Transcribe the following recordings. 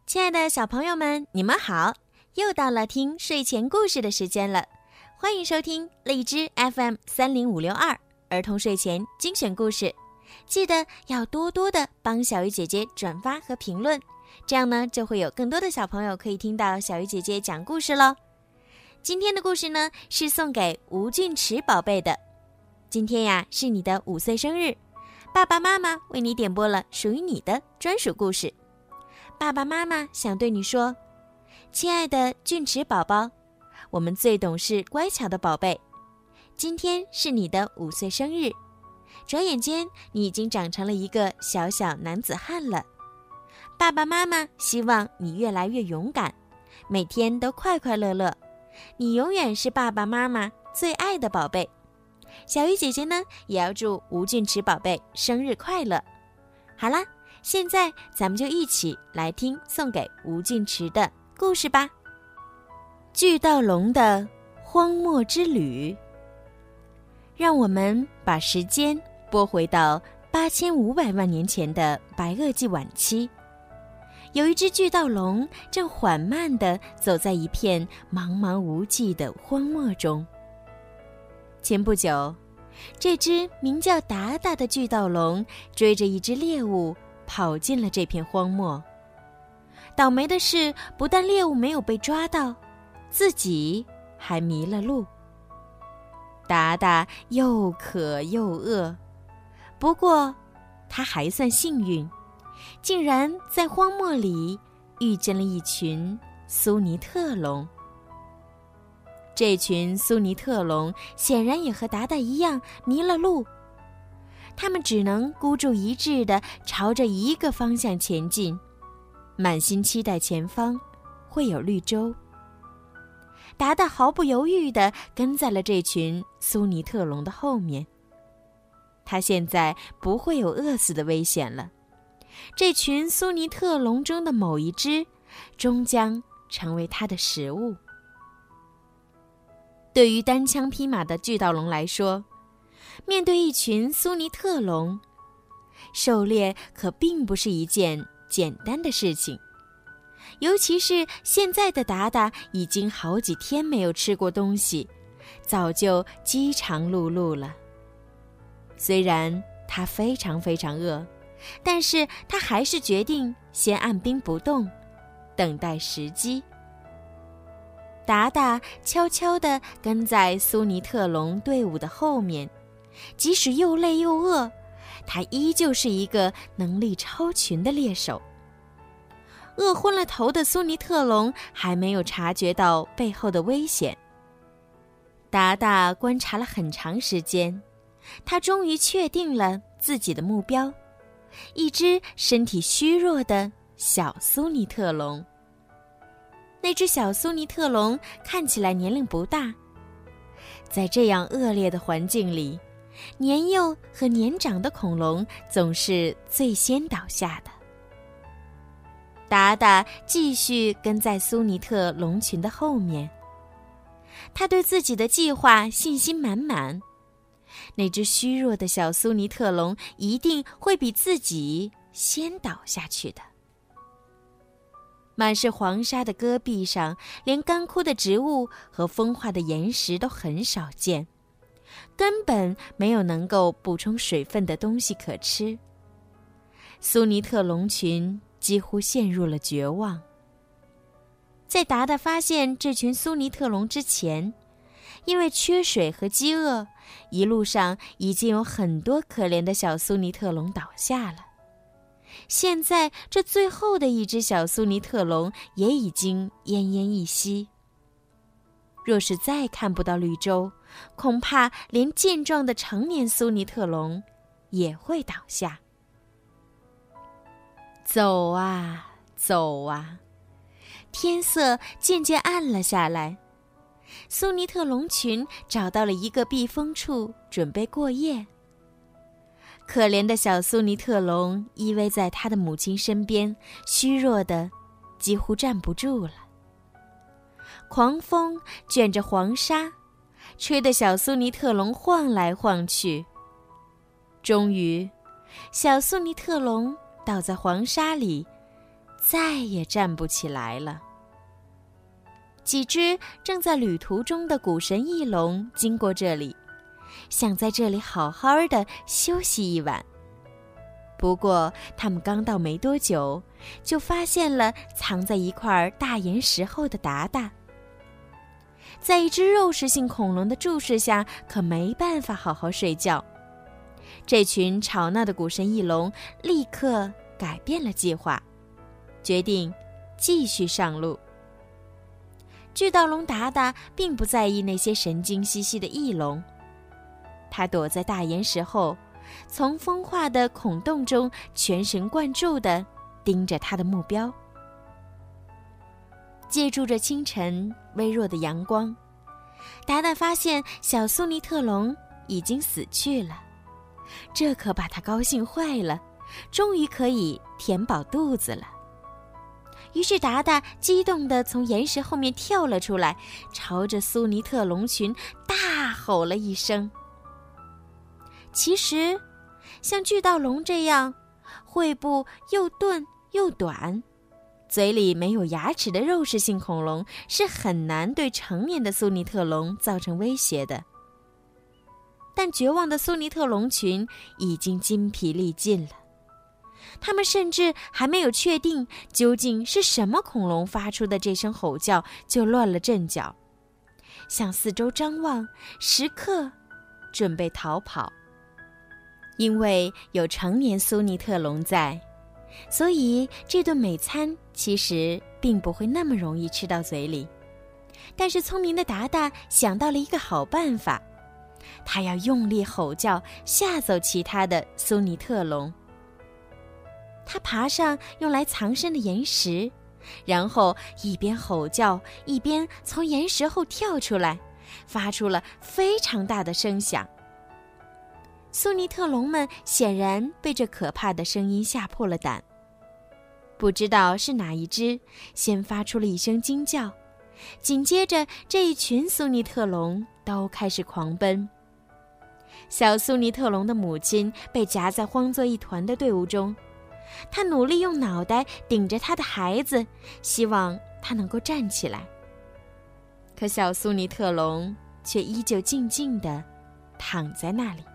亲爱的小朋友们，你们好！又到了听睡前故事的时间了，欢迎收听荔枝 FM30562儿童睡前精选故事。记得要多多的帮小鱼姐姐转发和评论，这样呢，就会有更多的小朋友可以听到小鱼姐姐讲故事咯。今天的故事呢，是送给吴俊池宝贝的。今天呀，是你的5岁生日，爸爸妈妈为你点播了属于你的专属故事。爸爸妈妈想对你说，亲爱的俊池宝宝，我们最懂事乖巧的宝贝，今天是你的5岁生日，转眼间你已经长成了一个小小男子汉了。爸爸妈妈希望你越来越勇敢，每天都快快乐乐，你永远是爸爸妈妈最爱的宝贝。小鱼姐姐呢，也要祝吴俊池宝贝生日快乐。好啦，现在咱们就一起来听送给吴俊池的故事吧。巨盗龙的荒漠之旅。让我们把时间拨回到8500万年前的白垩纪晚期，有一只巨盗龙正缓慢地走在一片茫茫无际的荒漠中。前不久，这只名叫达达的巨盗龙追着一只猎物跑进了这片荒漠。倒霉的是，不但猎物没有被抓到，自己还迷了路。达达又渴又饿，不过他还算幸运，竟然在荒漠里遇见了一群苏尼特龙。这群苏尼特龙显然也和达达一样迷了路，他们只能孤注一掷地朝着一个方向前进，满心期待前方会有绿洲。达达毫不犹豫地跟在了这群苏尼特龙的后面。他现在不会有饿死的危险了，这群苏尼特龙中的某一只终将成为他的食物。对于单枪匹马的巨盗龙来说，面对一群苏尼特龙，狩猎可并不是一件简单的事情。尤其是现在的达达已经好几天没有吃过东西，早就饥肠辘辘了。虽然他非常非常饿，但是他还是决定先按兵不动，等待时机。达达悄悄地跟在苏尼特龙队伍的后面，即使又累又饿，他依旧是一个能力超群的猎手。饿昏了头的苏尼特龙还没有察觉到背后的危险。达达观察了很长时间，他终于确定了自己的目标，一只身体虚弱的小苏尼特龙。那只小苏尼特龙看起来年龄不大，在这样恶劣的环境里，年幼和年长的恐龙总是最先倒下的。达达继续跟在苏尼特龙群的后面，他对自己的计划信心满满。那只虚弱的小苏尼特龙一定会比自己先倒下去的。满是黄沙的戈壁上，连干枯的植物和风化的岩石都很少见，根本没有能够补充水分的东西可吃。苏尼特龙群几乎陷入了绝望。在达达发现这群苏尼特龙之前，因为缺水和饥饿，一路上已经有很多可怜的小苏尼特龙倒下了。现在这最后的一只小苏尼特龙也已经奄奄一息。若是再看不到绿洲，恐怕连健壮的成年苏尼特龙也会倒下。走啊走啊，天色渐渐暗了下来。苏尼特龙群找到了一个避风处，准备过夜。可怜的小苏尼特龙依偎在他的母亲身边，虚弱的几乎站不住了。狂风卷着黄沙，吹得小苏尼特龙晃来晃去。终于，小苏尼特龙倒在黄沙里， 再也站不起来了。几只正在旅途中的古神翼龙经过这里，想在这里好好的休息一晚。不过他们刚到没多久，就发现了藏在一块大岩石后的达达。在一只肉食性恐龙的注视下，可没办法好好睡觉。这群吵闹的古神翼龙立刻改变了计划，决定继续上路。巨盗龙达达并不在意那些神经兮兮的翼龙，他躲在大岩石后，从风化的孔洞中全神贯注地盯着他的目标。借助着清晨微弱的阳光，达达发现小苏尼特龙已经死去了，这可把他高兴坏了，终于可以填饱肚子了。于是达达激动地从岩石后面跳了出来，朝着苏尼特龙群大吼了一声。其实像巨盗龙这样喙部又钝又短，嘴里没有牙齿的肉食性恐龙是很难对成年的苏尼特龙造成威胁的。但绝望的苏尼特龙群已经筋疲力尽了，他们甚至还没有确定究竟是什么恐龙发出的这声吼叫，就乱了阵脚，向四周张望，时刻准备逃跑。因为有成年苏尼特龙在，所以这顿美餐其实并不会那么容易吃到嘴里。但是聪明的达达想到了一个好办法，他要用力吼叫，吓走其他的苏尼特龙。他爬上用来藏身的岩石，然后一边吼叫，一边从岩石后跳出来，发出了非常大的声响。苏尼特龙们显然被这可怕的声音吓破了胆，不知道是哪一只先发出了一声惊叫，紧接着这一群苏尼特龙都开始狂奔。小苏尼特龙的母亲被夹在慌作一团的队伍中，她努力用脑袋顶着她的孩子，希望他能够站起来。可小苏尼特龙却依旧静静地躺在那里。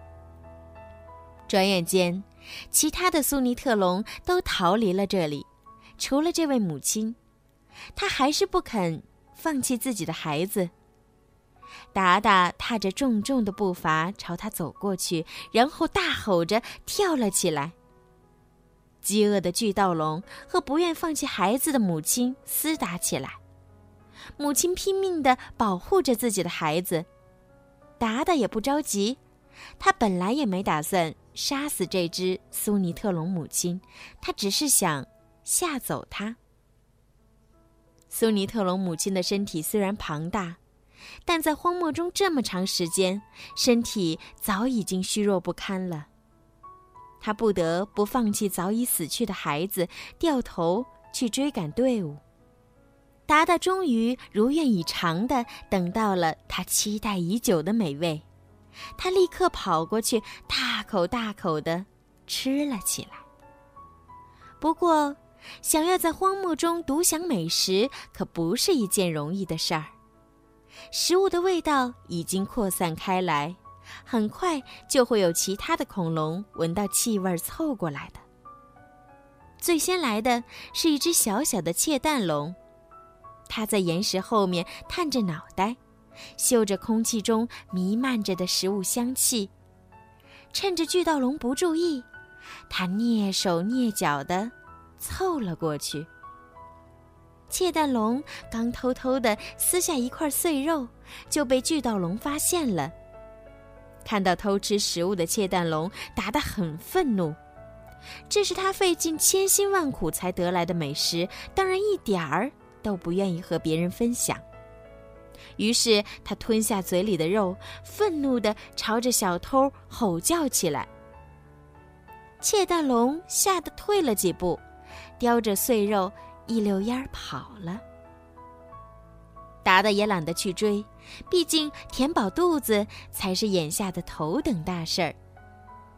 转眼间，其他的苏尼特龙都逃离了这里，除了这位母亲，她还是不肯放弃自己的孩子。达达踏着重重的步伐朝他走过去，然后大吼着跳了起来。饥饿的巨盗龙和不愿放弃孩子的母亲厮打起来，母亲拼命地保护着自己的孩子，达达也不着急，他本来也没打算杀死这只苏尼特龙母亲，他只是想吓走它。苏尼特龙母亲的身体虽然庞大，但在荒漠中这么长时间，身体早已经虚弱不堪了。他不得不放弃早已死去的孩子，掉头去追赶队伍。达达终于如愿以偿地等到了他期待已久的美味，他立刻跑过去，大口大口地吃了起来。不过，想要在荒漠中独享美食，可不是一件容易的事儿。食物的味道已经扩散开来，很快就会有其他的恐龙闻到气味凑过来的。最先来的是一只小小的窃蛋龙，它在岩石后面探着脑袋，嗅着空气中弥漫着的食物香气。趁着巨盗龙不注意，它蹑手蹑脚地凑了过去。窃蛋龙刚偷偷地撕下一块碎肉，就被巨盗龙发现了。看到偷吃食物的窃蛋龙，达达很愤怒。这是他费尽千辛万苦才得来的美食，当然一点儿都不愿意和别人分享。于是他吞下嘴里的肉，愤怒地朝着小偷吼叫起来。窃蛋龙吓得退了几步，叼着碎肉一溜烟跑了。达达也懒得去追，毕竟填饱肚子才是眼下的头等大事儿。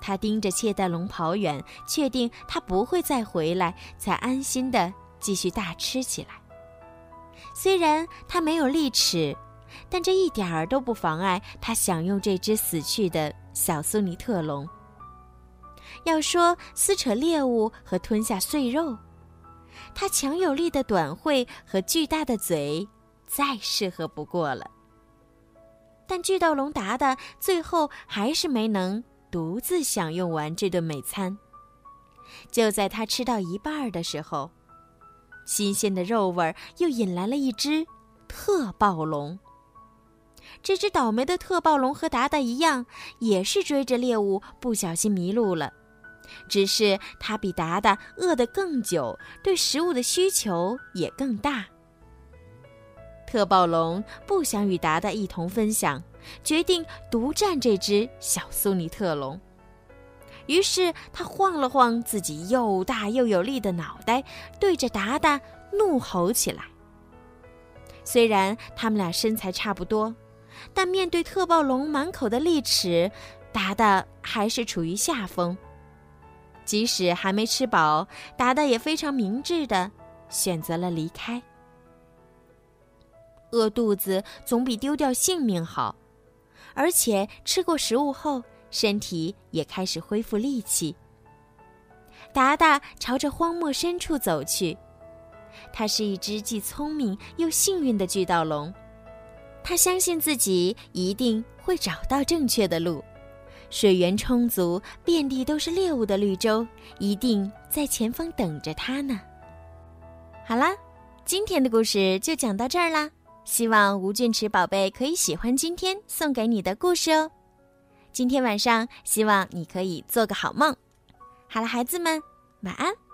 他盯着窃蛋龙跑远，确定他不会再回来，才安心地继续大吃起来。虽然他没有利齿，但这一点儿都不妨碍他享用这只死去的小苏尼特龙。要说撕扯猎物和吞下碎肉，他强有力的短喙和巨大的嘴再适合不过了。但巨盗龙达达最后还是没能独自享用完这顿美餐。就在他吃到一半的时候，新鲜的肉味又引来了一只特暴龙。这只倒霉的特暴龙和达达一样，也是追着猎物不小心迷路了，只是它比达达饿得更久，对食物的需求也更大。特暴龙不想与达达一同分享，决定独占这只小苏尼特龙。于是他晃了晃自己又大又有力的脑袋，对着达达怒吼起来。虽然他们俩身材差不多，但面对特暴龙满口的利齿，达达还是处于下风。即使还没吃饱，达达也非常明智地选择了离开。饿肚子总比丢掉性命好，而且吃过食物后，身体也开始恢复力气。达达朝着荒漠深处走去，它是一只既聪明又幸运的巨盗龙。他相信自己一定会找到正确的路，水源充足，遍地都是猎物的绿洲，一定在前方等着他呢。好啦，今天的故事就讲到这儿啦。希望吴俊池宝贝可以喜欢今天送给你的故事哦。今天晚上希望你可以做个好梦。好了，孩子们，晚安。